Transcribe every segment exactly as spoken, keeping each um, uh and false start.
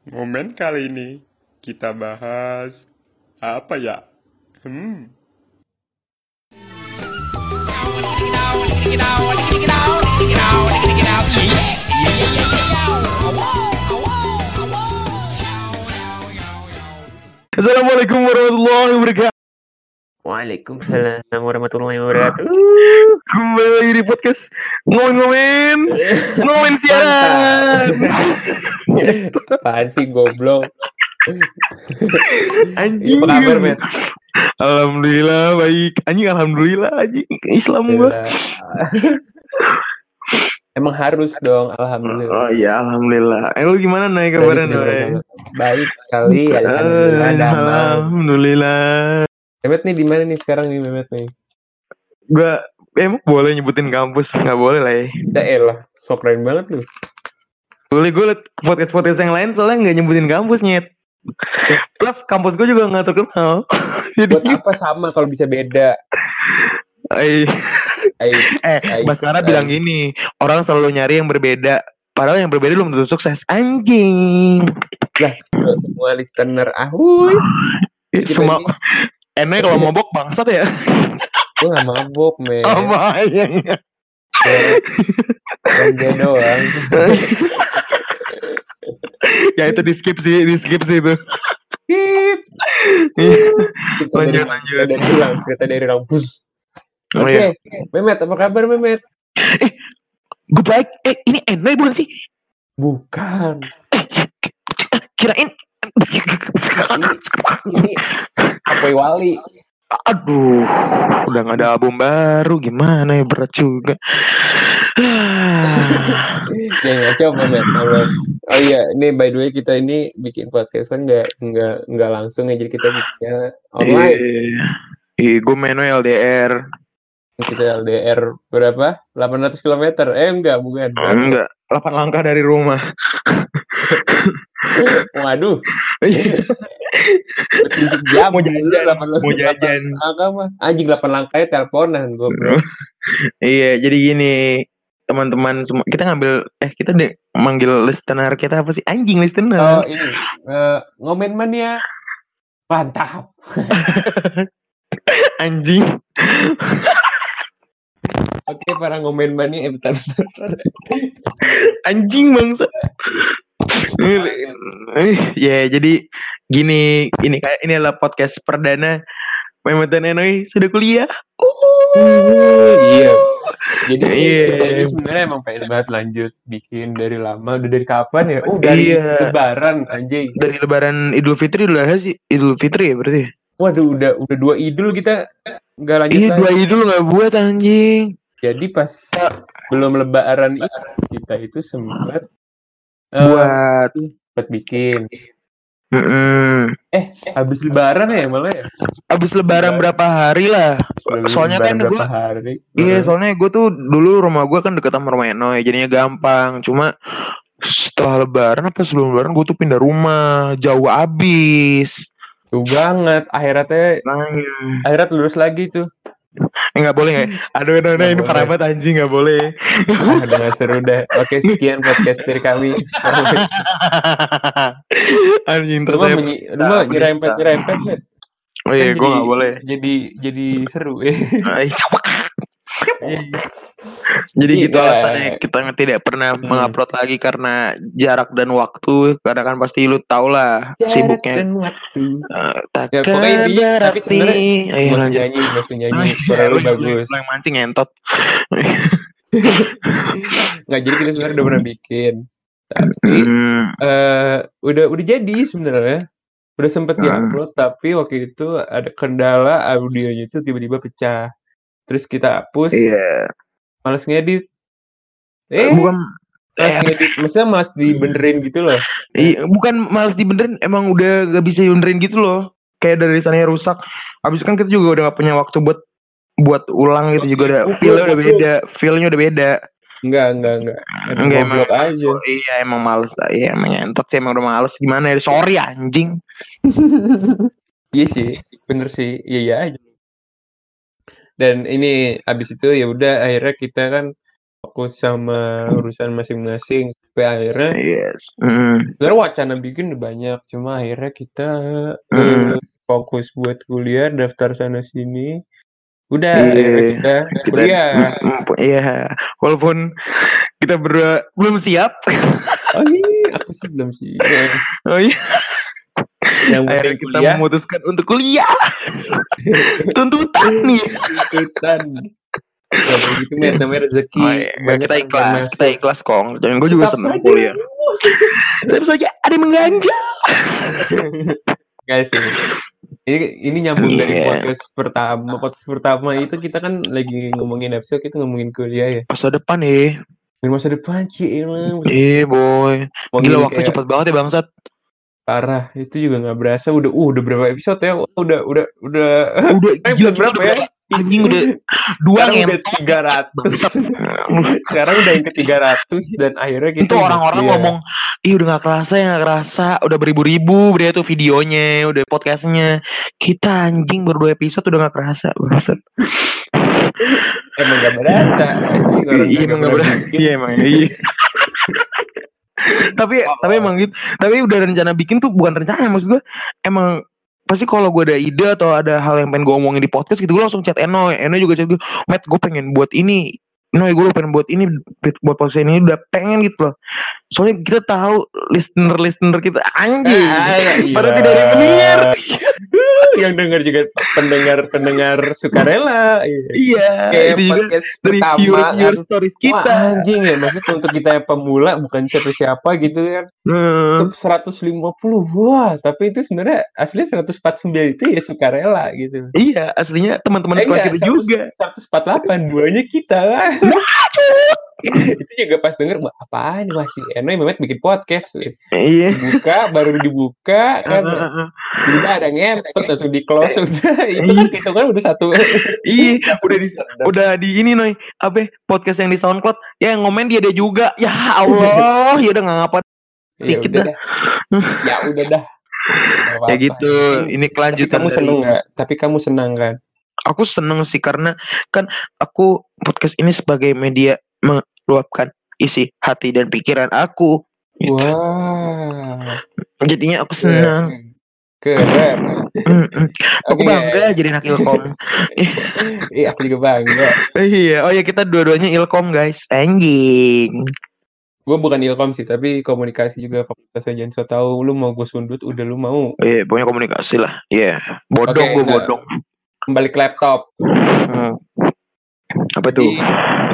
Momen kali ini kita bahas apa ya? Hmm. Assalamualaikum warahmatullahi wabarakatuh. Waalaikumsalam warahmatullahi wabarakatuh. Kembali lagi di podcast ngomongin-ngomongin ngomongin siaran. Apaan sih goblok? Anjing. Apa kabar, Met? Alhamdulillah baik. Anjing alhamdulillah anjing Islam gua. Emang harus dong, alhamdulillah. Oh iya alhamdulillah. Eh lu gimana Nay kabarnya Nay? Baik sekali, alhamdulillah. Damai. Alhamdulillah. Memet nih di mana nih sekarang nih Memet nih? Gua emang boleh nyebutin kampus? Nggak boleh lah ya. Udah elah, so keren banget lu. Boleh gue liat podcast-podcast yang lain soalnya nggak nyebutin kampus nyet. Plus kampus gue juga nggak terkenal. Jadi buat apa sama kalau bisa beda? Ay. Ay, eh, ay, Baskara ay. bilang gini, orang selalu nyari yang berbeda. Padahal yang berbeda belum tentu sukses. Anjing. Lah, semua listener ahuy. Semua enak kalau mabok bangsat ya. Gue gak mabok, men. Oh, bayang. Ganja doang. Ya itu di skip sih, di skip sih itu. Skip. Kita Lanjut, dari, lanjut. Kita dari ulang, kita dari rampus. Oh, Oke, iya. Memet, apa kabar Memet? Eh, gue baik. Eh, ini Enai bukan sih? Bukan. Kirain. Ini Apoy Wali. Aduh, udah gak ada album baru, gimana ya, berat juga. Ya, coba Memet. Oh iya, ini by the way kita ini bikin podcastan nggak nggak nggak langsung ya, jadi kita bikinnya online. Iya, gue main L D R. Kita L D R berapa? delapan ratus kilometer. Eh enggak, bukan. Enggak, delapan langkah dari rumah. Waduh. Jam mau jajan, mau jajan. Angka mah. Anjing delapan langkahnya teleponan gue, bro. Iya, jadi gini, teman-teman semua kita ngambil eh kita deh manggil listener kita apa sih? Anjing listener. Oh, ini. Uh, ngomen mania. Mantap. Anjing. Oke, para ngomen mania, eh, bentar, bentar. Anjing bangsa. Ya, jadi gini, ini kayak ini adalah podcast perdana Memet dan Enoi sudah kuliah. Uh, iya. Jadi yeah. Kita ini sebenarnya emang pengen banget lanjut bikin dari lama, udah dari kapan ya? Oh, dari iya. Lebaran anjing. Dari Lebaran Idul Fitri udah sih, Idul Fitri ya berarti. Waduh, udah udah dua idul kita nggak lanjut iya, lagi. Iya, dua idul nggak buat anjing. Jadi pas belum Lebaran itu kita itu sempat buat uh, buat bikin. Mm-mm. Eh, habis Lebaran ya malah ya? Habis Lebaran berapa hari lah. Sebelum soalnya kan berapa gue, hari? Iya, uh-huh. Soalnya gue tuh dulu rumah gue kan deket sama rumah Enoy, jadinya gampang. Cuma setelah Lebaran apa sebelum Lebaran gue tuh pindah rumah, jauh abis. Tuh banget, akhiratnya akhirat lurus lagi tuh. Enggak boleh ya? Aduh, no, no, ini parah banget anjing, enggak boleh. Ah, udah gak seru deh. Oke, sekian podcast dari kami. Anjing terus saya menyi- lu mah nyerempet-nyerempet, Met. Oh iya, kan gue enggak boleh. Jadi jadi seru. Eh. Jadi gitu alasannya kita tidak pernah hmm. mengupload lagi karena jarak dan waktu. Karena kan pasti lu tau lah jarak sibuknya. Dan waktu. Uh, tak ya, pokoknya intinya, tapi sebenarnya gue masih nyanyi, masih nyanyi. Suara lu bagus. Lu yang mancing entot. Nggak, jadi kita sebenarnya udah pernah bikin. Tapi hmm. uh, udah udah jadi sebenarnya. Udah sempet hmm. diupload, tapi waktu itu ada kendala audionya itu tiba-tiba pecah. Terus kita hapus. Iya. Yeah. Malas ngedit. Eh, bukan malas eh, ngedit. Maksudnya malas dibenerin gitu loh. Iya, bukan malas dibenerin, emang udah gak bisa dibenerin gitu loh. Kayak dari sananya rusak. Habis kan kita juga udah gak punya waktu buat buat ulang gitu. Juga udah feel-nya udah beda, feel-nya udah beda. Enggak, enggak, enggak. Enggak, emang aja. So, iya, emang males. Iya, emang nyentot sih, emang udah males. Gimana ya? Sorry anjing. Iya sih, bener sih. Iya, iya aja. Dan ini abis itu ya udah akhirnya kita kan fokus sama urusan masing-masing sampai akhirnya Yes. Mm. sebenarnya wacana bikin udah banyak, cuma akhirnya kita Mm. eh, fokus buat kuliah, daftar sana sini. Udah, Iya. akhirnya kita Kita kuliah. mm, mm, iya. Walaupun kita berdua belum siap. Oh iya, aku sih belum sih. Oh iya. Yang Akhirnya penting kita kuliah, memutuskan untuk kuliah. Tuntutan nih. tuntutan. Gak boleh gitu, Met. Namanya rezeki. Oh, iya. Banyak Kita yang ikhlas, masuk. kita ikhlas kong. Dan gue juga Tetap senang saja. kuliah. Tetap saja ada yang mengganjal. Guys, ini, ini, ini nyambung dari Iya. podcast pertama. Podcast pertama itu kita kan lagi ngomongin episode, kita ngomongin kuliah ya. Masa depan ya. Di masa depan, Ci. Emang. Iya boy. Ngomongin Gila waktu kayak cepet banget ya bangsat. parah. Itu juga nggak berasa. Udah, uh, udah berapa episode ya? Udah, udah, udah. Udah Eh, gila, episode berapa udah ya? Anjing udah dua Sekarang udah ngentot. tiga ratus. Bangsat. Sekarang udah yang ke tiga ratus dan akhirnya kita Itu udah orang-orang kuliah. ngomong, ih udah gak kerasa ya gak kerasa. Udah beribu-ribu udah tuh videonya, udah podcastnya. Kita anjing baru dua episode udah gak kerasa. Bangsat. Emang gak berasa. Anjing, orang Iya kagak emang gak pernah berasa. bikin. Iya emang iya. tapi Oh. tapi emang gitu. Tapi udah rencana bikin tuh bukan rencana, maksud gue emang pasti kalau gue ada ide atau ada hal yang pengen gue omongin di podcast gitu, gue langsung chat Eno. Eno juga chat gue, Matt gue pengen buat ini. No, gue pengen buat ini, buat podcast ini udah pengen gitu loh. Soalnya kita tahu listener-listener kita anjing, Ah, iya. pada tidak ada yang mendengar. Yang denger juga pendengar-pendengar sukarela. Iya, Kayak itu juga podcast dari pertama viewer-viewer kan. stories Wah, kita. anjing ya, maksudnya untuk kita yang pemula bukan siapa-siapa gitu kan. Hmm. Untuk seratus lima puluh, wah, tapi itu sebenarnya aslinya seratus empat puluh sembilan itu ya sukarela gitu. Iya, aslinya teman-teman Eh, sekolah enggak, kita juga. seratus empat puluh delapan, duanya kita kan. Itu juga pas denger, wah apaan nih, wah si Eno yang Mehmet bikin podcast. Iya. Dibuka, baru dibuka kan. Udah ada ngentot langsung di close udah. Itu kan hitungan udah satu. Iya, udah di udah di ini Noy, apa podcast yang di SoundCloud, ya yang ngomen dia ada juga. Ya Allah, ya udah nggak ngapa Ya dikit udah dah. dah. Ya udah dah. Nggak apa-apa. Ya gitu. Ini Tapi kelanjutan kamu dari seneng nggak? Tapi kamu senang kan? aku seneng sih karena kan aku podcast ini sebagai media meluapkan isi hati dan pikiran aku. Gitu. Wah. Jadinya aku senang. Keren. Mm-mm. Aku Oke, bangga jadi anak Ilkom. Iya, aku juga bangga. Iya, oh ya kita dua-duanya Ilkom guys. Anjing. Gue bukan ilkom sih, tapi komunikasi juga fakultasnya. Jangan so tau lu mau gue sundut, udah lu mau. Iya, pokoknya komunikasi lah. Iya, bodong Oke, gue nah. bodong. Kembali ke laptop. Hmm. Apa tuh? Jadi,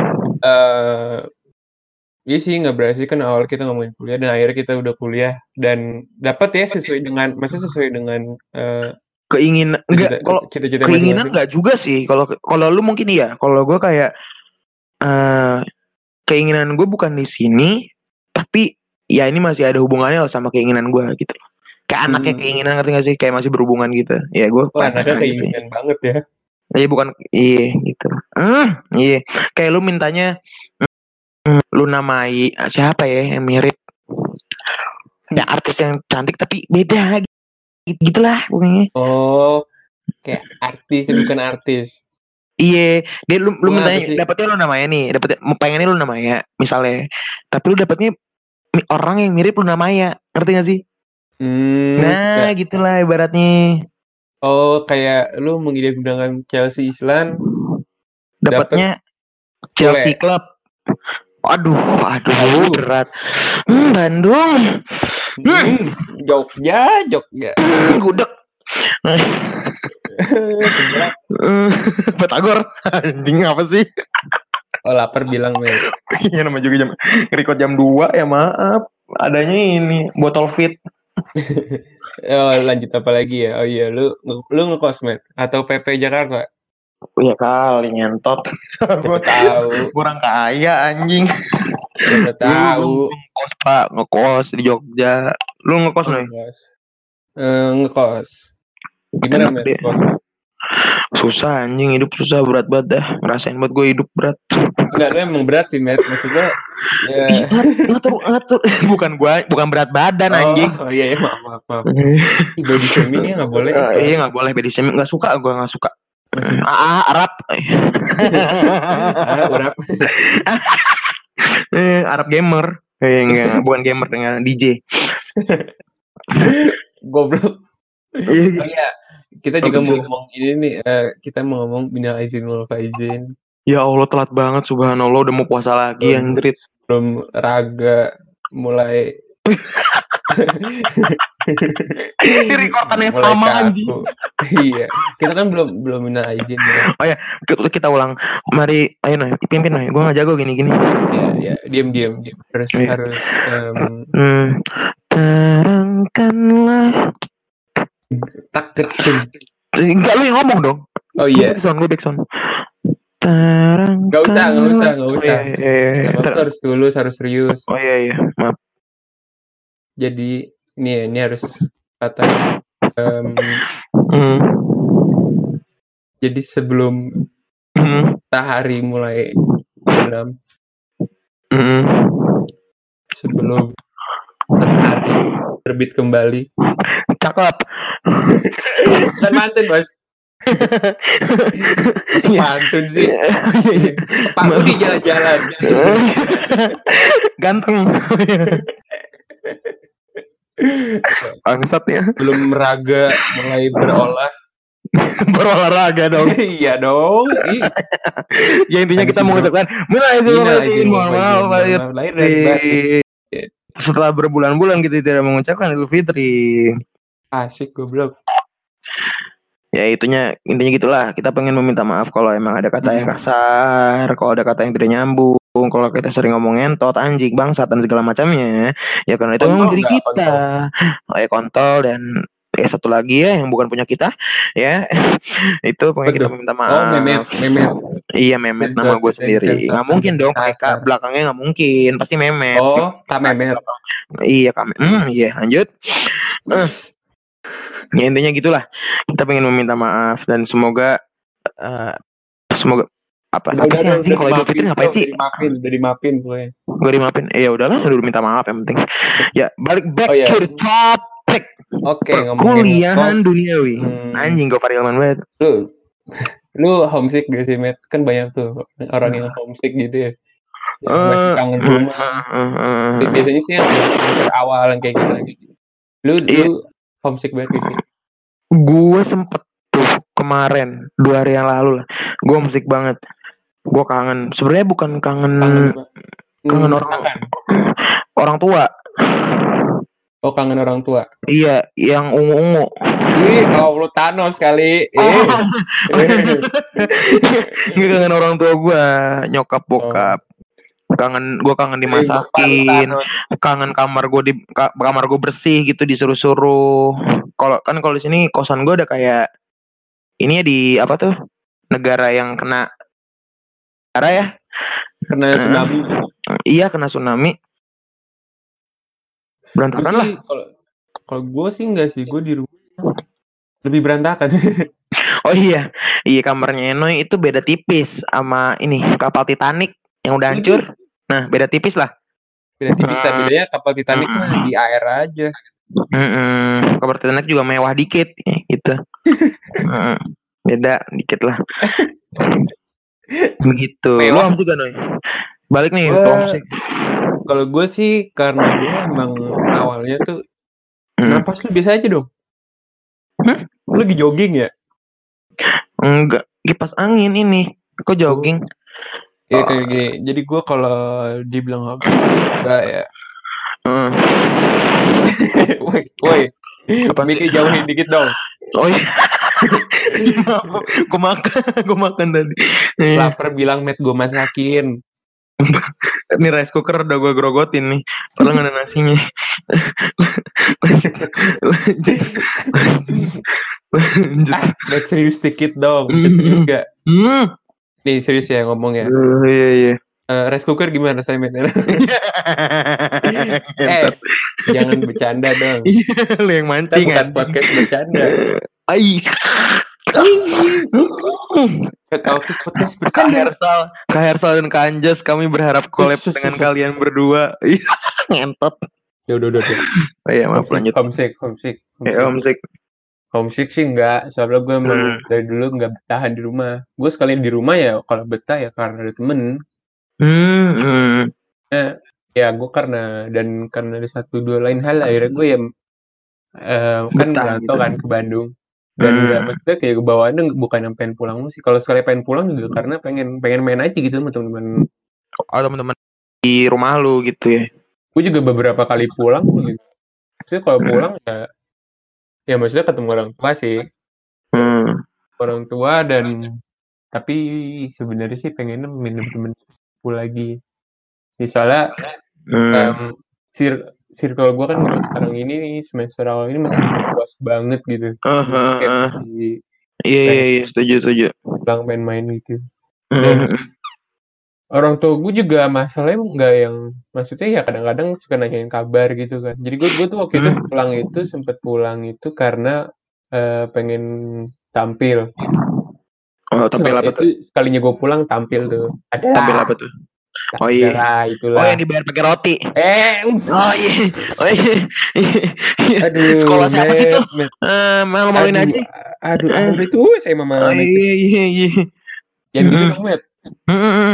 eh iya sih nggak berhasil kan awal kita ngomongin kuliah dan akhirnya kita udah kuliah dan dapat ya sesuai dengan, maksudnya sesuai dengan eh, Keinginan enggak kalau cita-cita keinginan masing-masing. enggak juga sih. Kalau kalau lu mungkin iya. Kalau gue kayak eh keinginan gue bukan di sini, tapi ya ini masih ada hubungannya lah sama keinginan gue gitu. Kayak anaknya Hmm. keinginan, ngerti gak sih? Kayak masih berhubungan gitu. Ya gue Wah, anaknya keinginan banget ya. Iya bukan, iya gitu. Hmm, iya. Kayak lu mintanya, mm, lu namai siapa ya yang mirip? Ya artis yang cantik tapi beda. Gitu, gitulah pokoknya. Oh, kayak artis bukan artis. Iya, dia lu lu Wah, apa mintanya sih? dapetnya lu namanya nih, dapetnya pengennya lu namanya misalnya. Tapi lu dapetnya mi- orang yang mirip lu namanya, ngerti gak sih? Hmm, Nah, kayak- gitulah ibaratnya. oh kayak lu mengidam-idamkan Chelsea Islan, Dapatnya Chelsea Sule. Club. Aduh, aduh, Aduh. berat. Hmm, Bandung. Hmm, Jogja, Jogja. Gudeg. Seberat. Batagor. Anjing apa sih? Oh lapar bilang men. Iya nama juga jam record jam dua ya maaf. Adanya ini botol fit. Oh lanjut apa lagi ya? Oh iya lu lu ngekos Met atau P P Jakarta? Iya kali nyentot. Siapa tahu, Kurang kaya anjing. siapa tahu. Lu ngekos Pak, ngekos di Jogja. Lu ngekos nih? Ngekos. Eh, ngekos. Gimana Enak Met? deh. Ngekos? Susah anjing, hidup susah, berat banget dah. Ngerasain buat gue hidup berat. Enggak, lu emang berat sih Met. Maksudnya ya. Ih, ngatur ngatur bukan gua, bukan berat badan anjing. Oh iya, iya maaf maaf maaf. Ih, body shaming ya nggak boleh. Eh, iya nggak boleh body shaming, nggak suka gue nggak suka. Ah, Arab. Ah, urap. Eh, Arab gamer. Eh, enggak, bukan gamer dengan D J. Goblok. Oh Iya. iya, kita Apa juga mau tuh? ngomong ini nih, eh, kita mau ngomong minal aizin wal faizin. Ya Allah telat banget, subhanallah udah mau puasa lagi Belum, anjrit. belum raga mulai Ini rekordan yang mulai sama anjing. kaku. Iya, kita kan belum belum minal aizin ya. Oh ya, kita, kita ulang. Mari, ayo Noy, pimpin Noy. Gue gak jago gini-gini. Ya, ya, diam diam diam. Harus Iya. harus em, Hmm. Terangkanlah. tak ketum. Enggak, lu yang ngomong dong. Oh Lu iya, backsound, lu backsound. Terangkanlah. nggak usah nggak usah nggak Oh usah. iya, iya, iya. Nggak apa-apa, Ter- harus tulus harus serius. oh iya, iya. Maaf. Jadi ini ini harus kata em, Hmm. jadi sebelum Hmm. matahari mulai tenggelam, Hmm. sebelum matahari terbit kembali. Cakep. Kan mantun bos. Pantun sih. Pak Budi jalan-jalan. Ganteng. Bangsat ya. Belum meraga mulai berolah. Berolahraga dong. Iya dong. Ih. Ya intinya kita Habis itu, mengucapkan minal aizin wal minal faizin, aizin wal mohon maaf faizin, lahir mohon maaf lahir dan batin. setelah berbulan-bulan kita tidak mengucapkan Idul Fitri. Asik goblok. Ya itunya intinya gitulah. Kita pengen meminta maaf kalau emang ada kata yang Hmm. kasar, kalau ada kata yang tidak nyambung, kalau kita sering ngomong entot, anjing, bangsat dan segala macamnya. Ya karena itu memang Kontol diri nggak? kita. Oh, ya kontol dan ya satu lagi ya yang bukan punya kita ya itu pengen kita Betul. minta maaf. Oh Memet, Memet. Iya Memet nama gue sendiri. Nggak mungkin dong pakai K belakangnya, nggak mungkin, pasti Memet. Oh, Kak Memet. Iya Kak. Hmm, iya lanjut. Uh. Ya intinya gitulah. Kita pengen meminta maaf dan semoga uh, semoga apa Udah, apa udah, sih udah, anjing udah kalau Idul dimaafin, Fitri ngapain udah sih? dimapin, udah dimapin gue. Gue dimaafin. Eh ya udahlah, udah minta maaf yang penting. Ya balik back Oh, iya. to the topic. Oke, ngomongin Perkuliahan ngekos. duniawi. Hmm. Anjing gue Farilman banget. Lu lu homesick gak sih, Met? Kan banyak tuh orang yang homesick gitu ya. Yang masih Eh, kangen uh, rumah. uh, uh, uh, Tapi biasanya sih yang semester awal yang kayak gitu lagi. Lu Iya. lu homesick banget gak sih? Gue sempet tuh kemarin dua hari yang lalu lah. Gue homesick banget. Gue kangen. Sebenarnya bukan kangen Kangen apa? kangen Hmm, orang masakan. orang tua. Oh, kangen orang tua. Iya, yang ungu-ungu. Ih, oh lu Thanos kali. Eh. Nggak kangen orang tua gue, nyokap bokap. Kangen, gue kangen dimasakin, kangen kamar gue di ka, kamar gue bersih gitu, disuruh-suruh. Kalau kan kalau di sini kosan gue ada kayak ini ya di apa tuh negara yang kena negara ya, Kena tsunami. Uh, iya kena tsunami. Berantakan lah. Kalau kalau gue sih enggak sih, gue di rumah lebih berantakan. Oh iya, iya kamarnya Enoy itu beda tipis sama ini kapal Titanic yang udah hancur. Nah beda tipis lah. Beda tipis lah, bedanya kapal Titanic Hmm. mah di air aja. Mm-mm. Kapal Titanic juga mewah dikit ya, gitu. Mm. Beda dikit lah. Begitu. Lu Mewah. homesick gak Noy? Balik nih Gua- ke homesick. Kalau gue sih karena gue emang awalnya tuh Hmm. napas lu biasa aja dong. Hmm? Lu lagi jogging ya? Enggak, kipas angin ini. Kok jogging? Ya kayak gini. Jadi gue kalau dibilang hobi sih enggak ya. Uh. Woi, woi. Apaan Mikir jauhin dikit dong. Oh iya. Gue makan, gue makan tadi. Lapar bilang Met gue masakin. Ini rice cooker udah gue grogotin nih. Padahal gak ada nasinya. Lanjut. Lanjut. Lanjut. Ah, Met serius dikit dong. Bisa serius gak? Hmm. Nih serius ya ngomong ya. Uh, iya iya. Uh, rice cooker gimana saya Met? Eh, jangan bercanda dong. Lu yang Kita mancing bukan kan. podcast bercanda. Ai. Taufik podcast Kak bercanda. Hersal, Kak Hersal dan Kak Anjas, kami berharap collab dengan kalian berdua. Iya, ngentot. Ya udah udah. udah. Oh iya, maaf lanjut. Homesick, homesick, Ya, homesick. homesick. homesick sih enggak, soalnya gue emang Hmm. dari dulu nggak bertahan di rumah. Gue sekalian di rumah ya kalau betah ya karena ada temen. Hmm. hmm. Eh, ya gue karena dan karena ada satu dua lain hal akhirnya gue ya eh, kan Betah ngerantau gitu. kan ke Bandung dan nggak Hmm. maksudnya kayak kebawaannya bukan yang pengen pulang sih. Kalau sekali pengen pulang juga karena pengen pengen main aja gitu sama teman-teman. Oh teman-teman di rumah lu gitu ya. Gue juga beberapa kali pulang juga. Maksudnya kalau Hmm. pulang ya ya maksudnya ketemu orang tua sih. Hmm. Orang tua dan tapi sebenarnya sih pengennya main sama temen lagi. Misalnya Hmm. em, sir circle gue kan untuk sekarang ini nih semester awal ini masih luas banget gitu. Uh, Jadi uh, kayak uh. masih Iya iya pengen iya setuju setuju. pulang main-main gitu. Hmm. Dan orang tua gue juga masalahnya nggak yang maksudnya ya kadang-kadang suka nanyain kabar gitu kan. Jadi gue gue tuh waktu itu Hmm. pulang itu sempet pulang itu karena eh, pengen tampil. Oh tampil apa tuh? Itu sekalinya gue pulang tampil tuh. Tampil Adalah, apa tuh? Oh iya. adalah Oh itulah. yang dibayar pakai roti. Eh, Oh iya. Oh iya. aduh, Sekolah siapa sih tuh? Met, Met. Eh, malu-maluin Aduh, aja. aduh, Eh. aduh itu saya mama Oh Met. iya iya iya. Jangan gitu Mm-mm. dong, Met. Mm-mm.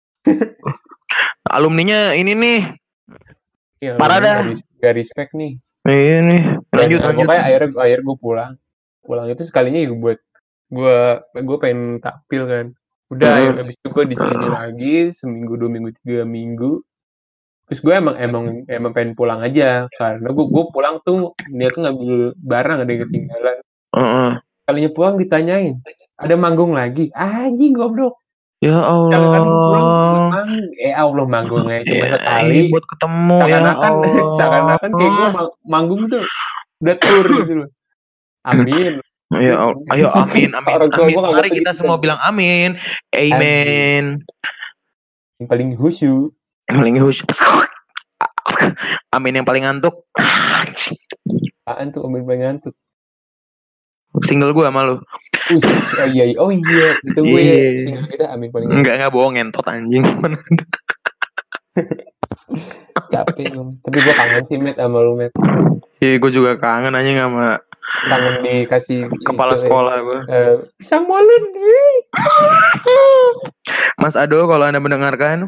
Alumninya ini nih. Ya, Parah dah. gak, res- gak respect nih. Iya nih. Lanjut Dan, lanjut. pokoknya akhirnya akhirnya gue pulang. Pulang itu sekalinya ya buat gue gue pengen tampil kan. Udah, Mm. akhirnya habis itu gue di sini lagi seminggu dua minggu tiga minggu. Terus gue emang emang emang pengen pulang aja karena gue gue pulang tuh niat tuh ngambil barang ada yang ketinggalan. Uh-uh. Kalinya pulang ditanyain ada manggung lagi, anjing goblok. Ya Seakan-akan gue pulang buat Allah. manggung, eh Allah manggungnya cuma Ya, sekali. iya buat ketemu ya Seakan-akan Allah. seakan-akan kayak gue mang- manggung tuh udah tour gitu loh. Amin. Ya Allah. Ayo amin amin Orang tua amin. gue Mari nganggapnya kita gitu semua kan. bilang amin. Amin. Amen. Yang paling khusyuk. Paling hus. Amin yang paling ngantuk. Apaan tuh amin paling ngantuk? Single gue sama lu. Us, oh iya, iya. oh iya, itu gue ya, Iya. single kita amin paling ngantuk. Enggak enggak bohong ngentot anjing. Capek Om. Tapi gue kangen sih Met sama lu Met. Iya gue juga kangen anjing sama Kangen dikasih kepala itu, sekolah gue. eh, pisang molen. Mas Ado kalau Anda mendengarkan.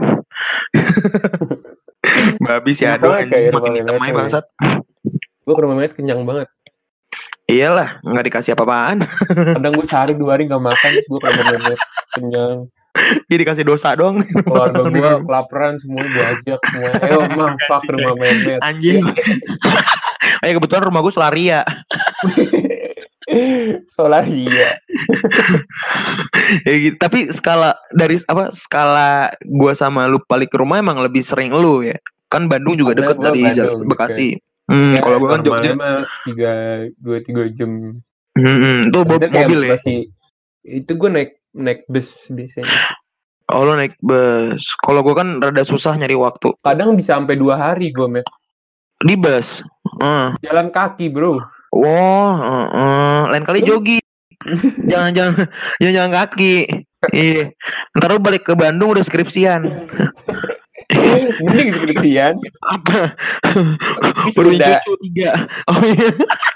Babi si Ado Masalahnya anjing kayak makin rumah hitam Met aja ya. bangsat. Gue ke rumah Met kenyang banget. Iyalah, nggak dikasih apa-apaan. Kadang gue sehari dua hari gak makan, terus gue ke rumah Met kenyang. Dia dikasih dosa doang. Keluarga gue kelaparan, semuanya gue ajak semua. Ayo mampah ke rumah Met. Anjing. Eh kebetulan rumah gue Solaria. Solaria. Ya gitu. Tapi skala dari apa skala gue sama lu balik ke rumah emang lebih sering lu ya. Kan Bandung juga Karena deket gua dari Bandung Bekasi. Hmm, Ya, kalau gue kan Jogja. normalnya mah tiga dua tiga jam. Hmm, itu Maksudnya kayak mobil ya. masih itu gue naik naik bus biasanya. Oh lo naik bus. Kalau gue kan rada susah nyari waktu. Kadang bisa sampai dua hari gue Met. Di bus. Uh. Jalan kaki bro. Wow, uh, uh. lain kali jogging. jangan jangan jangan jalan kaki. Iya. Ntar lu balik ke Bandung udah skripsian. Mending skripsian. Apa? Bisa Baru udah. cucu tiga. Oh iya.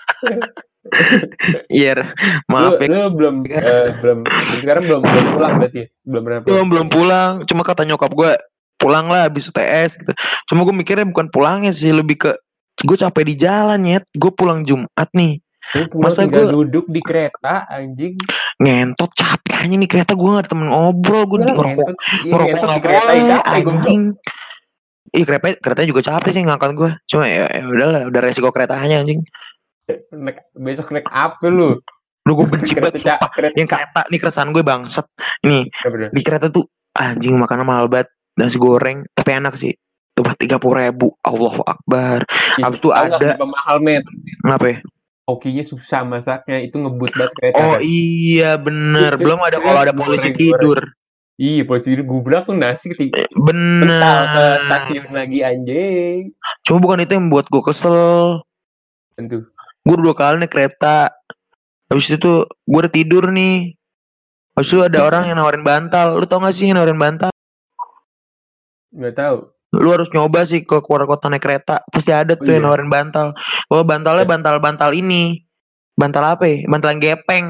Iya, maaf Lu, ya. lu belum eh, belum sekarang belum belum pulang berarti ya? Belum pernah pulang. Belum belum pulang. Cuma kata nyokap gue pulang lah habis U T S gitu. Cuma gue mikirnya bukan pulangnya sih, lebih ke gue capek di jalan ya. Gue pulang Jumat nih. Lu pulang Masa tinggal gua- duduk di kereta anjing. Ngentot capek aja nih kereta, gue gak ada temen ngobrol. Gue Udah, ngerokok ngentot. Iya, ngerokok ngentot gak di kereta boleh capek goblok. anjing. Ih kereta kereta juga capek sih ngangkat gue. Cuma ya, ya udahlah, udah resiko keretanya anjing. Naik, besok naik apa lu? Lu gue benci Kereta banget ca- sumpah. kereta Yang kereta nih keresahan gue bangsat. Nih Apa bener? di kereta tuh anjing makanan mahal banget, nasi goreng tapi enak sih. Cuma tiga puluh ribu, Allahu Akbar. Habis itu Tahu nggak ada kenapa mahal Met? apa ya? Hokinya susah masaknya, itu ngebut banget kereta Oh kan. iya bener. Itu- Belum ada itu kalau ada goreng, polisi goreng. tidur. Iya, polisi tidur gubrak tuh nasi ketika mental ke Bener. stasiun lagi anjing. Cuma bukan itu yang buat gue kesel. Tentu. Gue dua kali naik kereta. Habis itu gue udah tidur nih. Habis itu ada orang yang nawarin bantal. Lu tau gak sih yang nawarin bantal? Nggak tahu. Lu harus nyoba sih ke keluar kota naik kereta. Pasti ada tuh Oh, yang iya. nawarin bantal. Oh bantalnya Eh. bantal-bantal ini. Bantal apa ya? Bantal yang gepeng.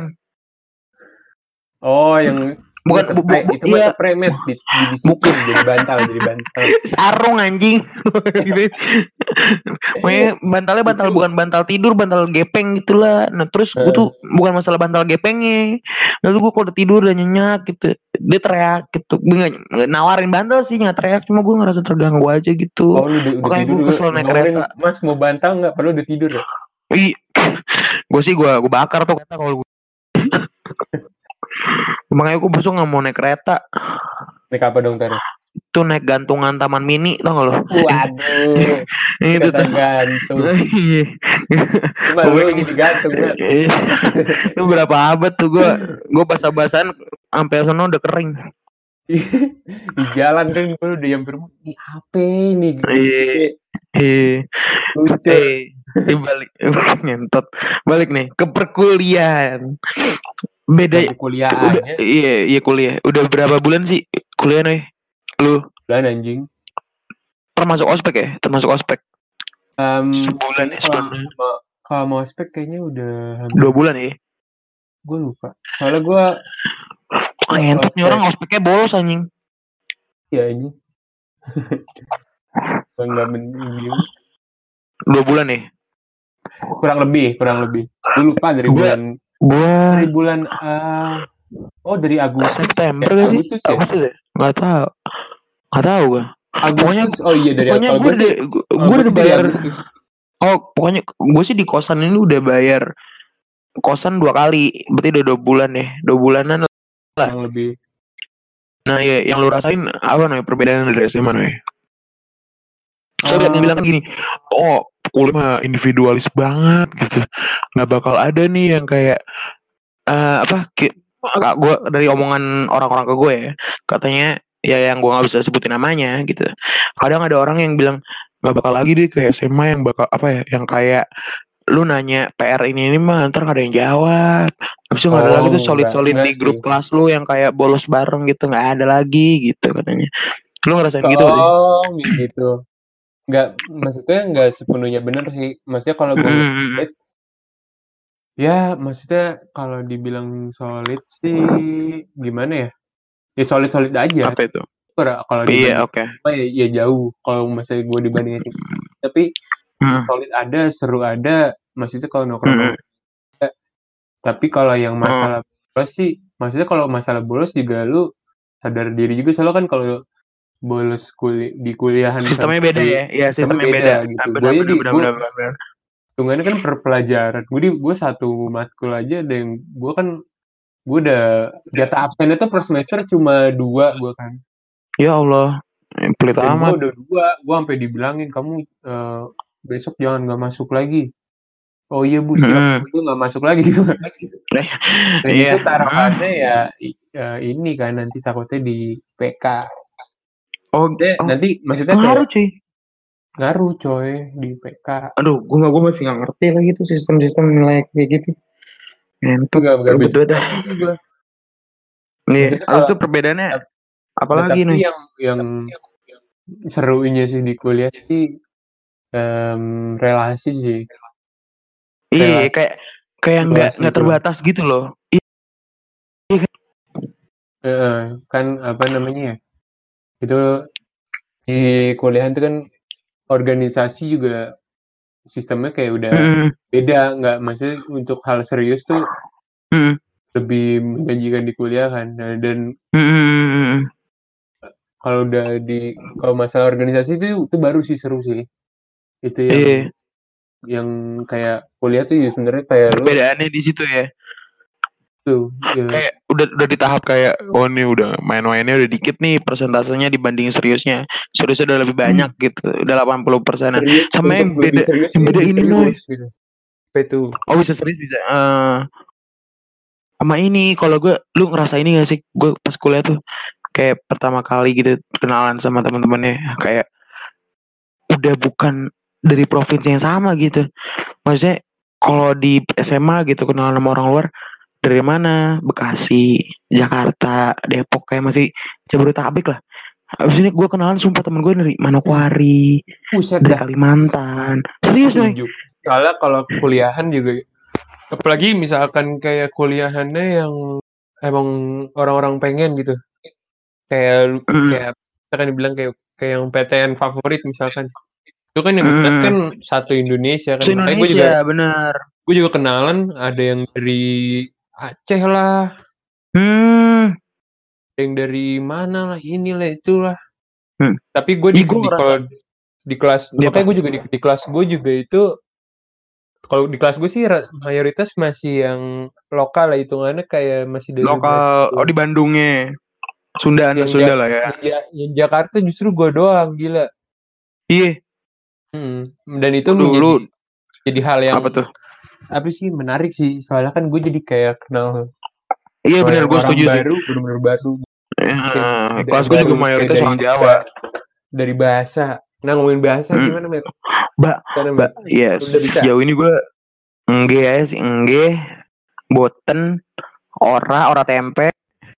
Oh, yang Bukan bu, bu, spray, bu, itu mah iya. spray mat di, dibisikin jadi bantal, jadi bantal. Sarung anjing. Gitu. Pokoknya bantalnya bantal Itu- bukan bantal tidur, bantal gepeng gitulah. Nah terus gue tuh bukan masalah bantal gepengnya. Lalu gue kalau udah tidur udah nyenyak gitu, dia teriak gitu. Gue nggak nggak nawarin bantal sih, nggak teriak, cuma gue ngerasa terganggu aja gitu. Oh, lu udah, udah Makanya tidur gue juga kesel naik nawarin, kereta. Mas mau bantal nggak? Padahal udah tidur ya. Ih, gue sih gue gue bakar tuh kereta kalau gue. Makanya gue besok nggak mau naik kereta. Naik apa dong Tar? Tuh naik gantungan Taman Mini, tau gak lo? Waduh, Itu kata tuh. gantung. Iya. Cuma lu lagi digantung kan? Itu berapa abad tuh gue gue basah-basahan sampai sana udah kering. Di jalan kan gue udah hampir ini apa ini gitu. Iya. Iya. Lucu. Eh, balik ngentot. Balik nih ke perkuliahan. Beda Sampai kuliahan udah, ya. Iya, iya kuliah. Udah berapa bulan sih kuliah nih? Lu Bulan anjing. termasuk ospek ya? Termasuk ospek. Um, Sebulan ya, kalau, sebulan. kalau mau ospek kayaknya udah hampir Dua bulan ya. gue lupa. Soalnya gue Oh, ngentot nih orang ospeknya bolos anjing. ya ini. Enggak mending. Dua bulan nih. Kurang lebih, kurang lebih. Gue lupa dari Gua- bulan Gua dari bulan uh, oh dari Agustus. September ya, gak sih? Agustus ya? Agustus ya? Gak tahu. Gak tahu gua. Agustus. Pokoknya oh iya dari pokoknya kalau gue gue sih udah gue kalau gue udah sih dari bayar. Agustus. Oh pokoknya gue sih di kosan ini udah bayar kosan dua kali. Berarti udah dua bulan ya. Dua bulanan. Kurang lebih. Nah ya yang lu rasain apa nih perbedaan dari S M A nih? Saya lihat yang bilang kan gini, oh kuliah mah individualis banget gitu, nggak bakal ada nih yang kayak uh, apa? Gue dari omongan orang-orang ke gue ya, katanya ya yang gue nggak bisa sebutin namanya gitu. Kadang ada orang yang bilang nggak bakal lagi deh kayak S M A yang bakal apa ya, yang kayak lu nanya P R ini ini mah ntar gak ada yang jawab. Habis itu gak ada Oh, lagi tuh solid-solid enggak, di enggak grup sih. kelas lu yang kayak bolos bareng gitu, gak ada lagi gitu katanya. Lu ngerasain gitu gak sih? Oh gitu. Nggak, maksudnya nggak sepenuhnya benar sih. Maksudnya kalau gue Mm-mm. ngeliat, ya maksudnya kalau dibilang solid sih gimana ya? Ya solid-solid aja. Apa itu? Kalau kalau Iya dibanding oke. apa ya, ya jauh. Kalau misalnya gue dibandingin sih, tapi Mm. solid ada, seru ada. Maksudnya kalau nongkrong, Mm-mm. tapi kalau yang masalah bolos sih, maksudnya kalau masalah bolos juga lu sadar diri juga. Soalnya kan kalau bolos kuli di kuliahan Sistemnya sama beda di- ya, ya sistemnya sistemnya beda. gitu. Ah, Gue benar, aja benar, di benar, gue benar, benar, benar. hitungannya kan per pelajaran. Gue di gue satu matkul aja ada yang gue kan gue udah jatah absennya tuh per semester cuma dua gue kan. Ya Allah, eh, pelit Dan gue amat. udah dua, gue sampai dibilangin kamu eh, besok jangan nggak masuk lagi. Oh iya bu, siap. Mm-mm. Gue nggak masuk lagi. Dan Iya. itu taruhannya ya, ya ini kan nanti takutnya di P K. Oh, Eh, oh, nanti maksudnya ngaruh kayak cuy. ngaruh coy di P K. Aduh, gue nggak, gue masih nggak ngerti lagi tuh sistem-sistem nilai kayak gitu. Ngentot, Enggak, enggak ribet beda. banget dah. Gue. Iya, Maksudnya habis kalau- itu perbedaannya apalagi Tapi nih? yang yang serunya sih di kuliah sih em, relasi sih. Iya, relasi. kayak kayak nggak Relasi nggak gitu. terbatas gitu loh. Iya, Eh, kan apa namanya ya? Itu di kuliahan itu kan organisasi juga sistemnya kayak udah mm, beda, nggak maksudnya untuk hal serius tuh mm, lebih menjanjikan di kuliah kan. Nah, dan mm, mm. kalau udah di kalau masalah organisasi itu itu baru sih seru sih. Itu yang Iya, yang kayak kuliah tuh ya sebenarnya kayak lu perbedaannya di situ ya. tuh ya, Kayak udah udah di tahap kayak oh nih udah main-mainnya udah dikit nih persentasenya dibanding seriusnya. Seriusnya udah lebih banyak gitu. Udah delapan puluh persenan. serius Sama yang untuk lebih beda serius yang sih, beda lebih ini serius, Noy. gitu. Apa itu? Oh bisa serius bisa. Eh, sama ini kalau gue, lu ngerasa ini gak sih? Gue pas kuliah tuh kayak pertama kali gitu kenalan sama teman-temannya kayak udah bukan dari provinsi yang sama gitu. Maksudnya kalau di S M A gitu kenalan sama orang luar dari mana? Bekasi, Jakarta, Depok, kayak masih Jabodetabek lah. Abis ini gue kenalan sumpah temen gue dari Manokwari, Buset dari dah. Kalimantan. Serius nih? Tunjuk. Soalnya kalau kuliahan juga Apalagi misalkan kayak kuliahannya yang emang orang-orang pengen gitu. Kayak Mm. kayak misalkan dibilang kayak kayak yang P T N favorit misalkan. Itu kan yang minat Mm. kan satu Indonesia kan. Se Makanya gue juga Indonesia bener. gue juga kenalan ada yang dari Aceh lah, Hmm. ada yang dari mana lah, inilah itulah. Hmm. Tapi gue di, Ih, gua di, ngerasa kalau di kelas, Dia makanya apa? gue juga di, di kelas gue juga itu, kalau di kelas gue sih ra- mayoritas masih yang lokal lah, hitungannya kayak masih dari Lokal. Oh, Bandung. di Bandungnya. Sunda, Yang, Sunda Ja- lah ya. yang, Ja- yang Jakarta justru gue doang, gila. Iya. Hmm. Dan itu Gua menjadi dulu jadi hal yang apa tuh? apa sih menarik sih, soalnya kan gue jadi kayak kenal Iya bener, kayak gue orang setuju sih. baru, bener-bener baru. Kayak Eh, da- kelas gue juga baru kayak mayoritas dari orang Jawa. dari bahasa. Nah, ngomongin bahasa Hmm. gimana, Met? Mbak, Karena mbak, Met, ya lu udah bisa. sejauh ini gue engge aja sih, engge, boten, ora, ora tempe,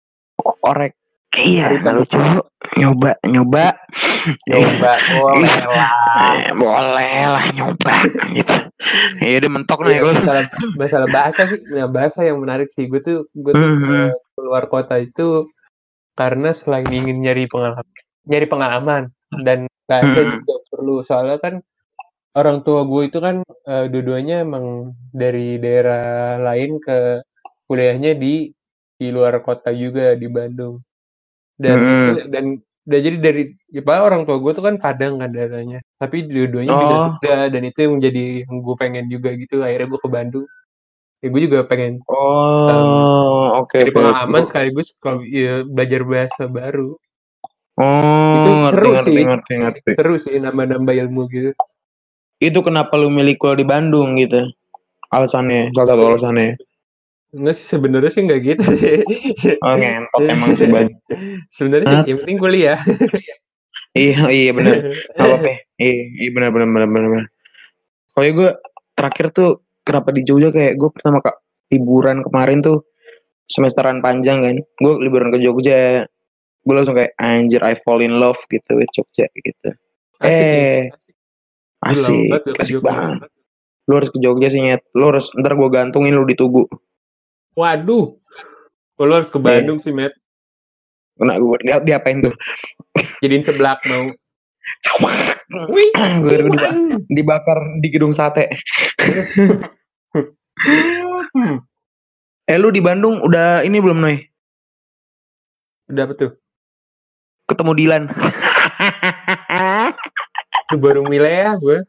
orek. Iya, Aritan. nggak lucu. Nyoba, nyoba. Nyoba, boleh lah. Eh, boleh lah nyoba gitu. Iya deh mentok nih Iya, gue. masalah masalah bahasa sih, nah, bahasa yang menarik sih. Gue tuh gue tuh ke Mhm. keluar kota itu karena selain ingin nyari pengalaman, nyari pengalaman dan bahasa Mhm. juga perlu. Soalnya kan orang tua gue itu kan eh, dua-duanya emang dari daerah lain ke kuliahnya di di luar kota juga di Bandung. Dan itu Mhm. dan dan jadi dari ya padahal orang tua gue tuh kan Padang kan daerahnya, tapi dua-duanya bisa Oh, Sunda, dan itu yang menjadi yang gue pengen juga gitu. Akhirnya gue ke Bandung, ya gue juga pengen em, oh, oke jadi oke. pengalaman Gua- sekaligus kalau ya, belajar bahasa baru. Itu Oh, ngerti seru ngerti sih, ngerti ngerti. seru sih nambah-nambah ilmu gitu. Itu kenapa lu milih kuliah di Bandung gitu? Alasannya, salah satu alasannya. Enggak sih, sebenarnya sih nggak gitu sih. Oh, ngentot emang sih baju. Sebenarnya sih yang penting kuliah. Iya, iya benar. Gak apa-apa. Iya, iya benar benar benar benar. benar. Pokoknya gue terakhir tuh kenapa di Jogja, kayak gue pertama kak liburan kemarin tuh semesteran panjang kan. Gue liburan ke Jogja. Gue langsung kayak anjir, I fall in love gitu with Jogja gitu. Asik ya. Eh, Asik. Gue lama asik, banget gak ke asik Jogja. banget. Lu harus ke Jogja sih Nyet. Lu harus, ntar gue gantungin lu di Tugu. Waduh, kalau harus ke Bandung sih, Matt. Nah, gue dia, diapain tuh? Jadiin seblak mau. Coba. Wih, Gue diba- dibakar di gedung sate. Hmm. Eh lu di Bandung udah ini belum Noy? Udah apa tuh? Ketemu Dilan. Lu baru milih gue.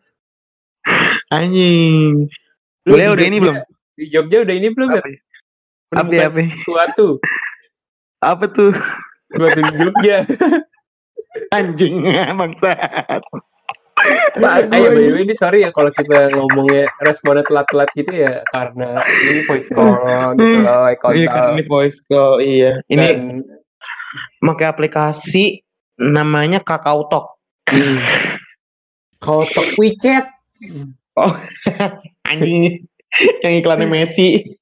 Anjing. Lu Boleh di udah ini Jogja- belum? Di Jogja udah ini belum, Matt? Apa? Apa Menemukan apa? sesuatu. Apa tuh? Sesuatu di Jogja. Anjing bangsat. Ayo, by the way, ini sorry ya kalau kita ngomongnya responnya telat-telat gitu ya, karena ini voice call gitu loh, Iya kontak. kan ini voice call, iya. Ini Dan pakai aplikasi namanya Kakao Talk. hmm, kalau tok WeChat. Oh, anjing. Yang iklannya Messi.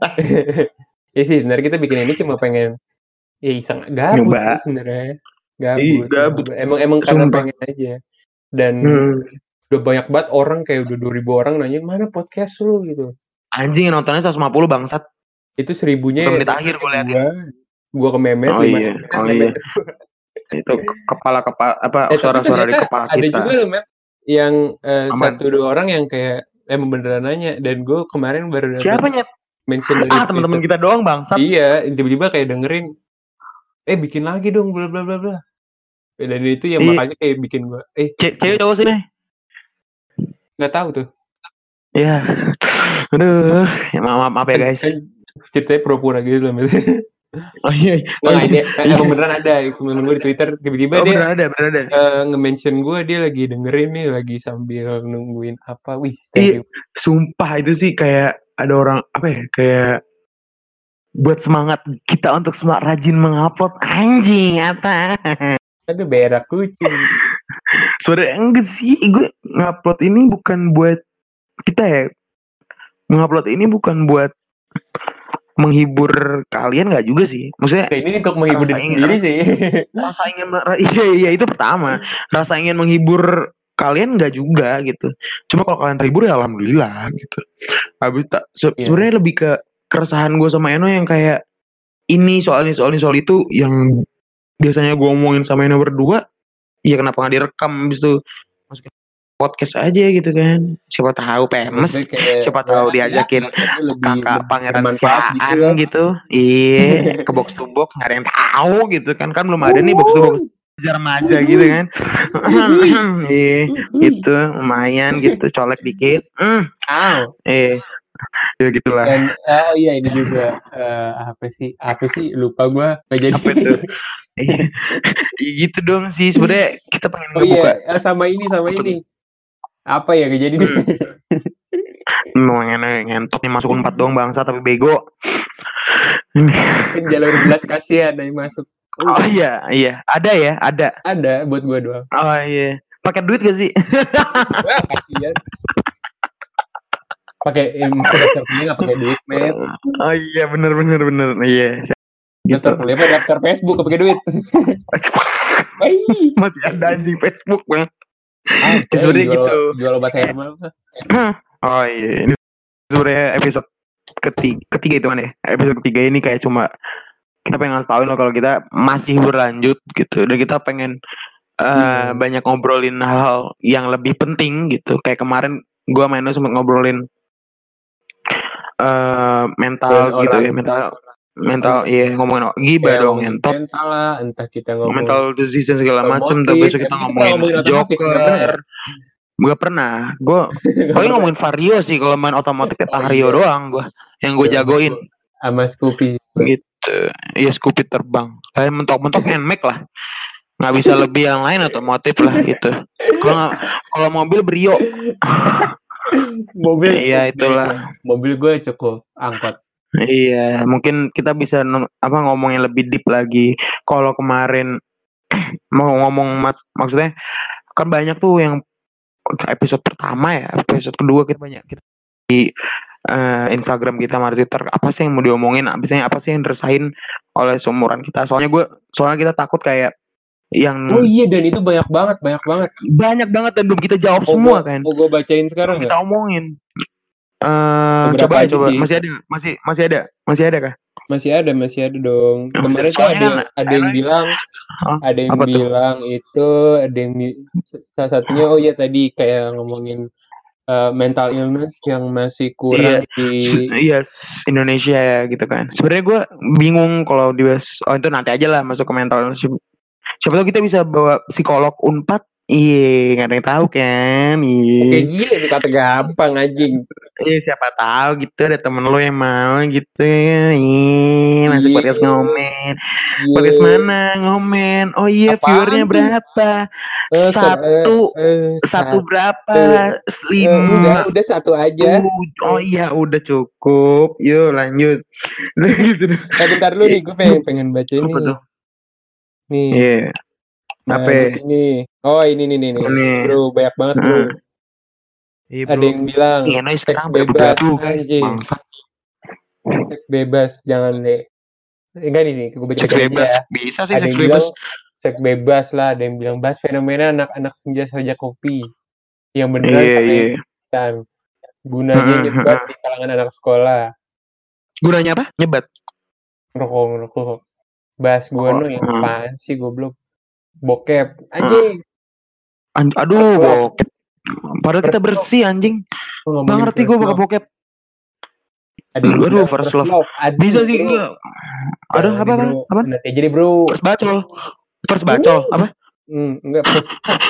Ya sih, sebenarnya kita bikin ini cuma pengen ya iseng gabut Nyoba. sih sebenarnya. Ih, Gabut. gabut. Emang emang karena Sumpah. pengen aja. Dan Hmm. udah banyak banget orang, kayak udah dua ribu orang nanya, "Mana podcast lu?" gitu. Anjing nontonnya seratus lima puluh bangsat. Itu seribunya Berapa menit akhir gua liat. gua, gua ke Memet, Oh lima iya, menit, oh Memet. iya. Itu kepala-kepala apa Eh, tapi suara-suara di ternyata kepala ada kita. juga loh, Met, yang eh, Aman. satu dua orang yang kayak emang beneran nanya, dan gue kemarin baru dapet Siapa Nyet? mention dari Ah, teman-teman Twitter. kita doang bangsat. Iya, tiba-tiba kayak dengerin, eh bikin lagi dong, bla bla bla bla. Dan itu yang Iya. makanya kayak bikin gue, eh Ce- cewek cowok sih nih. nggak tahu tuh. Ya. Aduh, ya, maaf, maaf ya guys. Kan ceritanya pura-pura gitu loh. Oh iya. Nggak, Oh, ini iya. emang beneran ada, temen gue di Twitter tiba-tiba Oh, dia bener ada, bener ada. eh, nge-mention gue, dia lagi dengerin nih, lagi sambil nungguin apa, wih, Iya, stereo. sumpah itu sih kayak ada orang apa ya, kayak buat semangat kita untuk semangat rajin mengupload. Anjing apa? Ada berak kucing. Sebenernya enggak sih, gue ngupload ini bukan buat kita ya. Ngupload ini bukan buat menghibur kalian, nggak juga sih. Maksudnya Nah, ini untuk menghibur Rasa diri ingin- sendiri rasa- sih. rasa ingin iya iya itu pertama, rasa ingin menghibur kalian nggak juga gitu. Cuma kalau kalian terhibur ya alhamdulillah gitu. Habis tak se- Iya. sebenarnya lebih ke keresahan gue sama Eno yang kayak ini soal ini soal ini soal itu yang biasanya gue omongin sama Eno berdua, ya kenapa nggak direkam habis itu masukin podcast aja gitu kan, siapa tahu famous, Maksudnya kayak siapa ya, tahu ya, diajakin kontennya lebih, kakak lebih pangeran bermanfaat gitu siaan loh. gitu, iya ke box to box nggak ada yang tahu gitu kan, kan belum ada nih box to box remaja gitu kan. Iya gitu lumayan gitu, colek dikit, hmm, Aw. eh ya gitulah. Dan eh, oh iya ini juga eh, apa sih apa sih lupa gua nggak jadi. Apa itu? Ya gitu dong sih sebenarnya kita pengen Oh ngebuka. iya eh, sama ini sama Apa tuh? ini apa ya nggak jadi deh. Hmm. Mau ngen- ngentot nih masuk empat doang bangsa tapi bego. Kan jalur belas kasihan yang masuk. Oh, Oh iya iya ada ya ada. ada buat gua doang. Oh iya. Pakai duit gak sih? Wah kasihan. Pakai ilmu daftar kuliah nggak pakai duit, met. Oh iya bener bener bener iya. Gitu. Daftar kuliah apa daftar Facebook nggak pakai duit. Wih. Masih ada anjing Facebook bang. Ah, Sebenarnya jual, gitu. jual obat herbal. Oh iya ini sebenarnya episode ketiga, ketiga itu kan ya. Episode ketiga ini kayak cuma kita pengen ngasih tauin loh kalau kita masih berlanjut gitu, dan kita pengen uh, Hmm. banyak ngobrolin hal-hal yang lebih penting gitu. Kayak kemarin gua main sempat ngobrolin uh, mental Dan gitu orang- ya, mental mental iya ngomongin gibah Kayak dong ngomongin ngentot, mental lah, entah kita ngomong mental disease dan segala macam. otomotif. Tapi besok kita Emang kita ngomongin ngomongin otomotif, nggak pernah ya? Joker. Gak pernah. Gue paling ngomongin Vario sih kalau main otomotif kayak Oh, Vario iya. doang gue yang gue Iya, jagoin sama Scoopy. gitu. Iya Scoopy terbang. Kayak mentok-mentok Nmax lah. Nggak bisa lebih yang lain otomotif lah gitu. Kalau nggak- kalau mobil Brio. Mobil. Iya itulah. Mobil gue cukup angkot. Iya, mungkin kita bisa no- apa ngomongin lebih deep lagi. Kalau kemarin mau ngomong mas, maksudnya kan banyak tuh yang episode pertama ya, episode kedua kita banyak kita di eh, Instagram kita sama Twitter apa sih yang mau diomongin, biasanya apa sih yang dirasain oleh seumuran kita. Soalnya gue, soalnya kita takut kayak yang Oh iya, dan itu banyak banget, banyak banget. banyak banget dan belum kita jawab Mau semua gua- kan. Mau gue bacain sekarang Belum nggak? kita omongin. Eh Beberapa coba aja coba sih. masih ada masih masih ada masih ada kah? Masih ada, masih ada dong. Masih- Kemarin tuh soalnya ada, kan, ada yang enak- bilang, Hah? ada yang Apa tuh? bilang itu, ada yang bi- salah satunya oh iya tadi kayak ngomongin uh, mental illness yang masih kurang di Iya, yes, Indonesia ya gitu kan. Sebenarnya gue bingung kalau di oh itu nanti aja lah masuk ke mental illness. Siapa tahu kita bisa bawa psikolog Unpad. Iya, nggak ada yang tahu kan. kayak Iya, gila nih kata gampang anjing. iya siapa tahu gitu ada temen lo yang mau gitu. Iya, masuk Iya. podcast ngomen. Iya. Podcast mana ngomen? Oh iya, Apaan viewernya tuh? berapa? Eh, Satu, eh, eh, satu berapa? Eh, Lima. udah udah satu aja. Oh iya udah cukup. Yuk lanjut. Gitu deh. Eh bentar dulu nih, gue pengen pengen baca ini. Apa tuh? Nih. Iya. Nah, Apa? di sini. Oh, ini nih nih nih. Ini. Bro, banyak banget, Bro. Hmm. Iya, Ada yang bilang Iya, no, seks sekarang bebas bebas guys. anjing. Bangsa. Seks bebas jangan deh. Enggak nih, nih, gue baca Seks aja bebas ya. bisa sih Ada seks yang bebas. bilang seks bebas lah, ada yang bilang bahas fenomena anak-anak senja saja kopi yang beneran Iya, iya. kan gunanya Hmm, nyebat hmm. di kalangan anak sekolah. Gunanya apa? Nyebat. Ngerokok ngerokok. Bahas gono yang Hmm. apaan sih goblok. Bokep anjing. An- aduh, First love. bokep. Padahal kita First bersih anjing. Gua ngomongin Gak ngerti gue first bakal love. bokep. Ada yang Aduh, bilang first love. Aduh, Bisa sih bro. gue. Aduh, Jangan apa nih, apa? bro. Apa? Nanti aja deh, bro. First bacol. First bacol apa? Hmm, enggak first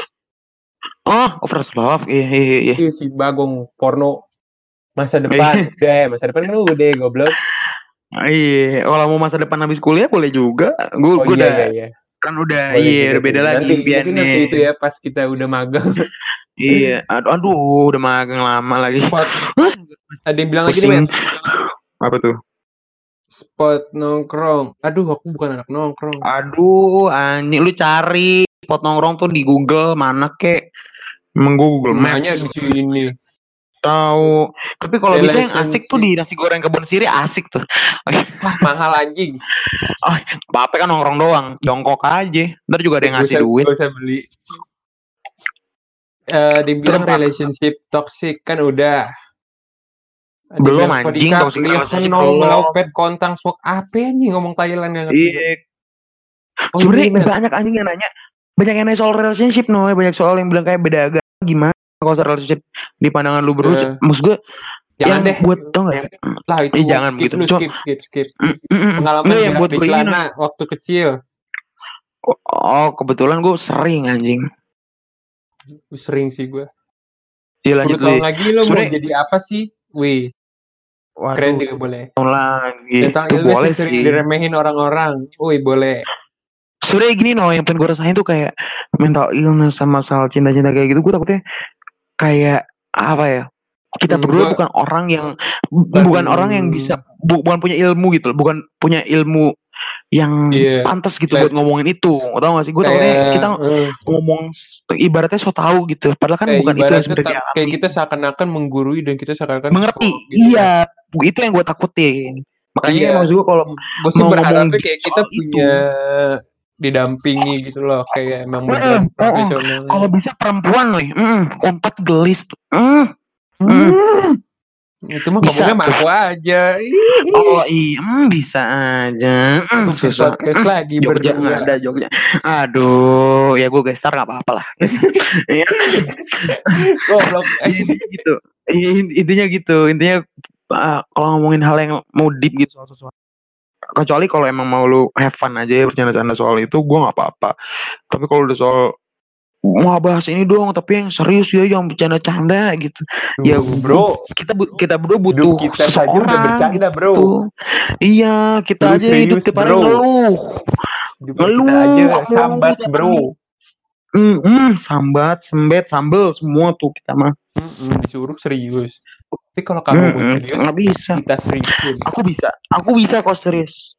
Oh, first love. Iya, iya, iya. itu si Bagong porno masa depan. Udah, masa depan kan udah goblok. Iya, kalau mau masa depan habis kuliah boleh juga. Gue Oh gue iya udah iya iya. kan udah Boleh iya juga udah beda sih. lagi Nanti mungkin impiannya. nanti itu ya pas kita udah magang. Iya, aduh, aduh udah magang lama lagi. Spot. Ada yang bilang lagi nih, Pusing. men. Apa tuh? Spot nongkrong. Aduh, aku bukan anak nongkrong. Aduh, anjing lu cari spot nongkrong tuh di Google mana kek? Emang gua Google Namanya Maps. di sini. Tahu. Tapi kalau bisa yang asik tuh di Relationship. nasi goreng kebun sirih asik tuh. Wah, mahal anjing. Bapak kan nongkrong doang, jongkok aja. Ntar juga ada yang ngasih Gak usah- duit. gak usah beli. Eh, dibilang Terus, Pak. relationship toxic kan udah. Ada Belum Bianca anjing, DiCaprio, toxic relationship Nol belum. Melaupet Kontang Swok apa anjing ngomong Thailand yang ngerti. Iya. Oh, Sebenarnya ini, Met. banyak anjing yang nanya, banyak yang nanya soal relationship, no, banyak soal yang bilang kayak beda agama gimana kalau soal relationship di pandangan lu berdua. Eh, Maksud gue Jangan yang deh. buat tau gak ya? Lah itu Eh, jangan skip begitu. lu, Cuma, skip, skip, skip. mm, mm, mm. Pengalaman Enggak, yang berak buat di gue ini, celana waktu kecil. oh kebetulan gue sering anjing. Sering sih gue. Iya sepuluh lanjut tahun Li. lagi lo mau Sebenarnya- jadi apa sih? Wih, keren Waduh, juga boleh. tahun lagi. Tentang Itu illness boleh yang sering sih. diremehin orang-orang. Wih, boleh. Sebenarnya gini, no, yang pengen gue rasain tuh kayak mental illness sama soal cinta-cinta kayak gitu. Gue takutnya kayak apa ya? Kita Hmm, berdua gua- bukan orang yang bukan- bukan orang yang bisa bu- bukan punya ilmu gitu loh. Bukan punya ilmu yang Iya. pantas gitu Let's- buat ngomongin itu. Tau gak sih? Gue takutnya Kayak, kita eh, ngomong ibaratnya so tahu gitu. Padahal kan kayak bukan itu yang ibaratnya sebenarnya tak- kayak dialami. kita seakan-akan menggurui dan kita seakan-akan Mengerti. psikolog gitu Iya, kan. itu yang gue takutin. Makanya Iya. maksud gue kalau Gue sih mau berharapnya ngomong kayak soal kita itu. punya didampingi gitu loh, kayak emang Mm-mm, beneran mm-mm. profesional. Kalau bisa perempuan loh, mm, kompat gelis, mm. Hmm. Itu mah Bisa ngomongnya sama tuh. aku aja. Ih, Oh iya, mm, bisa aja, mm, bikin susah. podcast Mm, lagi Jogja nggak berdua. ada Jogja. Aduh, ya gue gestar nggak apa-apa lah. Iya, Goblok. intinya gitu. In- Intinya gitu. Intinya ah, kalau ngomongin hal yang mau deep gitu soal sesuatu. Kecuali kalau emang mau lu have fun aja ya bercanda-canda soal itu, gue nggak apa-apa. Tapi kalau udah soal mau bahas ini dong, tapi yang serius ya, yang bercanda-canda gitu. Ya bro, kita bu- kita berdua butuh hidup kita saja seseorang udah bercanda bro. gitu. Iya, kita Lu aja hidup serius, tiap hari bro. ngeluh. Hidup Ngeluh, kita aja ngeluh, sambat tiap bro. hari. Mm, mm, sambat, sembet, sambel, semua tuh kita mah. Mm-mm, disuruh serius. Tapi kalau kamu Mm, mau mm, serius, nggak bisa. kita seriusin. Aku bisa, aku bisa kok serius.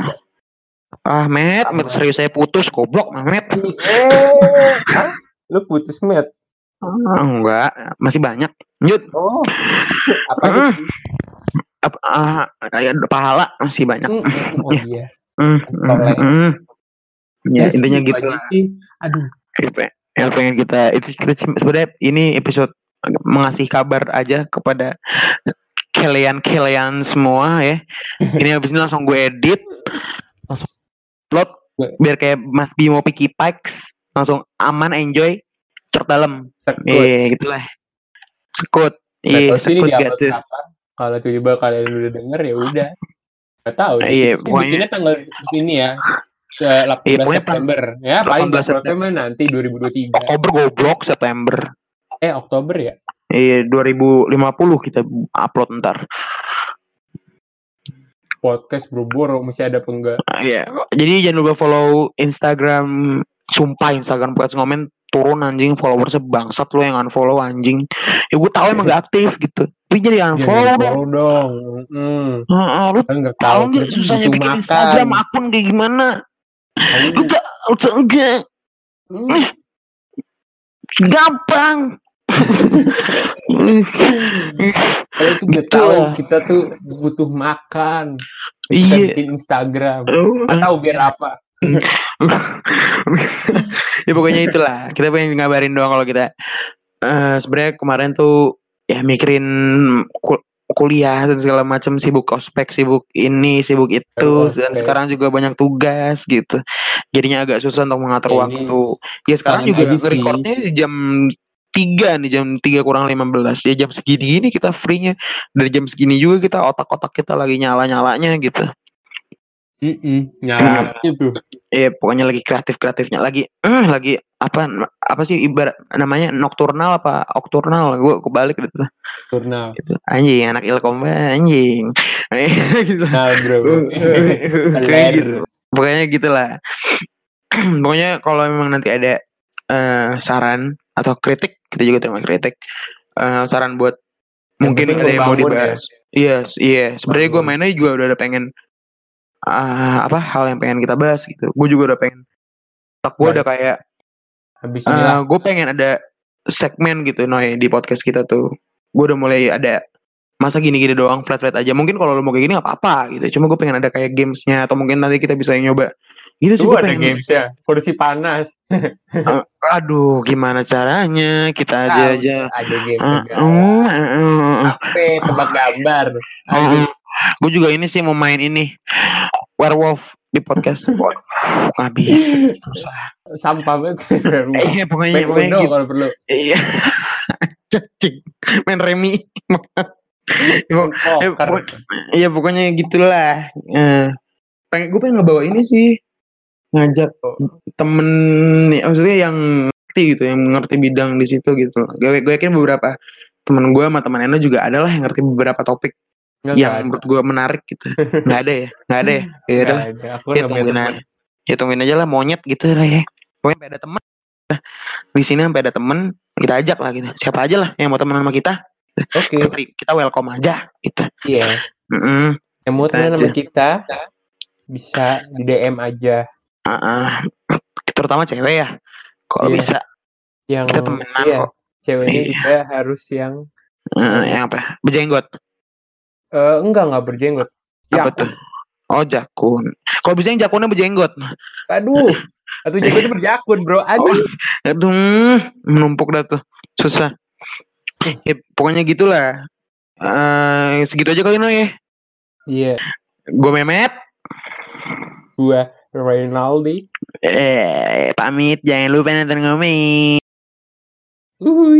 Ah, Met, Met serius saya putus, goblok, Met. Eh, hah? Lu putus Met? Ah, enggak, masih banyak. Lanjut. Oh, apa Mm. itu? Apa, ah, kayak pahala masih banyak. Mm, oh iya. Mm, Oleh. mm, mm. Ya, sih, intinya itu gitu aja lah. sih. Aduh. Gitu. Yang pengen kita itu kita cem- sebenarnya ini episode mengasih kabar aja kepada kalian-kalian semua ya. Ini habis ini langsung gue edit, langsung upload biar kayak Mas Bimo Piki Pikes langsung aman, enjoy, cok dalam. Sekut. Eh gitulah. Sekut. Nggak Iya, tahu sih ini sekut diupload gitu. kapan. Kalau tiba-tiba kalian udah denger ya udah. Gak tahu. Iya, Iya, pokoknya- bikinnya tanggal ini ya. Ke delapan belas Iya, pokoknya pan- September. Ya, paling delapan belas uploadnya mah nanti dua ribu dua puluh tiga. Oktober goblok, September. Eh, Oktober ya? Iya, dua ribu lima puluh kita upload ntar. Podcast bro-bro masih ada apa enggak? Iya, jadi jangan lupa follow Instagram. Sumpah Instagram podcast ngomen turun anjing, followersnya bangsat lo yang unfollow anjing. Ya gue tahu emang gak aktif gitu, tapi jadi unfollow dong. Follow dong. Hmm. Heeh, lu Kan nggak tahu tahu nggak kan susahnya butuh bikin makan. Instagram akun kayak gimana? Lu Tahu. tak, lu tak enggak Hmm. gampang. Kalau itu udah Gitu tahu lah. kita tuh butuh makan. Kita Iya. bikin Instagram. Oh. Nggak tahu biar apa. Ya pokoknya itulah, kita pengen ngabarin doang kalau kita eh sebenarnya kemarin tuh ya mikirin kul- kuliah dan segala macam, sibuk ospek, sibuk ini, sibuk itu, Ospek. dan sekarang juga banyak tugas gitu, jadinya agak susah untuk mengatur Ya, ini waktu. Ya sekarang kangen juga aja sih. recordnya jam tiga nih, jam tiga kurang lima belas. Ya jam segini ini kita free-nya, dari jam segini juga kita otak-otak kita lagi nyala-nyalanya gitu. Mm-mm, nyala itu. Ya pokoknya lagi kreatif-kreatifnya, lagi eh, lagi apa apa sih ibarat namanya, nokturnal apa okturnal, gue kebalik gitu. Jurnal. Gitu. Anjing, anak ilkom anjing. Gitu. Nah, bro. Kayak Keler. gitu. Pokoknya gitulah. Pokoknya kalau memang nanti ada eh, saran atau kritik, kita juga terima kritik. Eh, saran buat Yang mungkin penting ada yang mau membangun dibahas. Iya, iya. Sebenarnya gue Bangun. mainnya juga udah ada pengen ah, apa hal yang pengen kita bahas gitu. Gue juga udah pengen. Tak gue Baik. udah kayak Habis ini lah. gue pengen ada segmen gitu Noy di podcast kita tuh. Gue udah mulai ada, masa gini-gini doang flat-flat aja. Mungkin kalau lo mau kayak gini gak apa-apa gitu. Cuma gue pengen ada kayak gamesnya, atau mungkin nanti kita bisa nyoba Gitu sih Tuh gue ada pengen. gamesnya, kursi panas. Uh, aduh, gimana caranya? Kita aja Ah, aja. ada game Uh, segala. uh, uh, uh, Apa tebak gambar? uh, Aduh, gue juga ini sih mau main ini werewolf di podcast. Waduh, nggak bisa, susah. sampah banget. Iya, pokoknya Main pokoknya Uno gitu. kalau perlu. Iya. Cacing. Main remi. Main poker. Iya, pokoknya gitulah. Eh, pengen gue pengen ngebawa ini sih, ngajak temen nih, maksudnya yang ngerti gitu, yang ngerti bidang di situ gitu. Gue gue yakin beberapa temen gue sama teman Eno juga ada lah yang ngerti beberapa topik Nggak, yang nggak ada. menurut gue menarik gitu. Nggak ada ya, nggak ada ya. Ya Nggak udah lah. ada. Aku Ya nggak punya tungguin teman. aja. Ya tungguin aja lah, monyet gitu lah ya. Pokoknya sampai ada temen di sini, sampai ada temen kita ajak lah gitu. Siapa aja lah yang mau temenan sama kita. Oke. Kita, kita welcome aja gitu. Iya. Mm-mm. Yang mau Kita temenan aja. sama kita bisa di D M aja. Uh-uh. Terutama cewek ya, kalau Iya. bisa Yang kita temenan iya, kok. ceweknya Iya. juga harus yang Uh, yang apa? Berjenggot. eh enggak enggak berjenggot. Apa Jakun. tuh? Oh, jakun. Kalau bisa yang jakunnya berjenggot. Aduh. Atau jenggotnya berjakun, Bro. Aduh. Oh, aduh, menumpuk dah tuh. Susah. Ya, pokoknya gitulah. Uh, segitu aja kali no ya. Iya. Gue Memet. Gua Reynaldi. Eh, pamit. Jangan lupa nonton ngomong. Uhuy.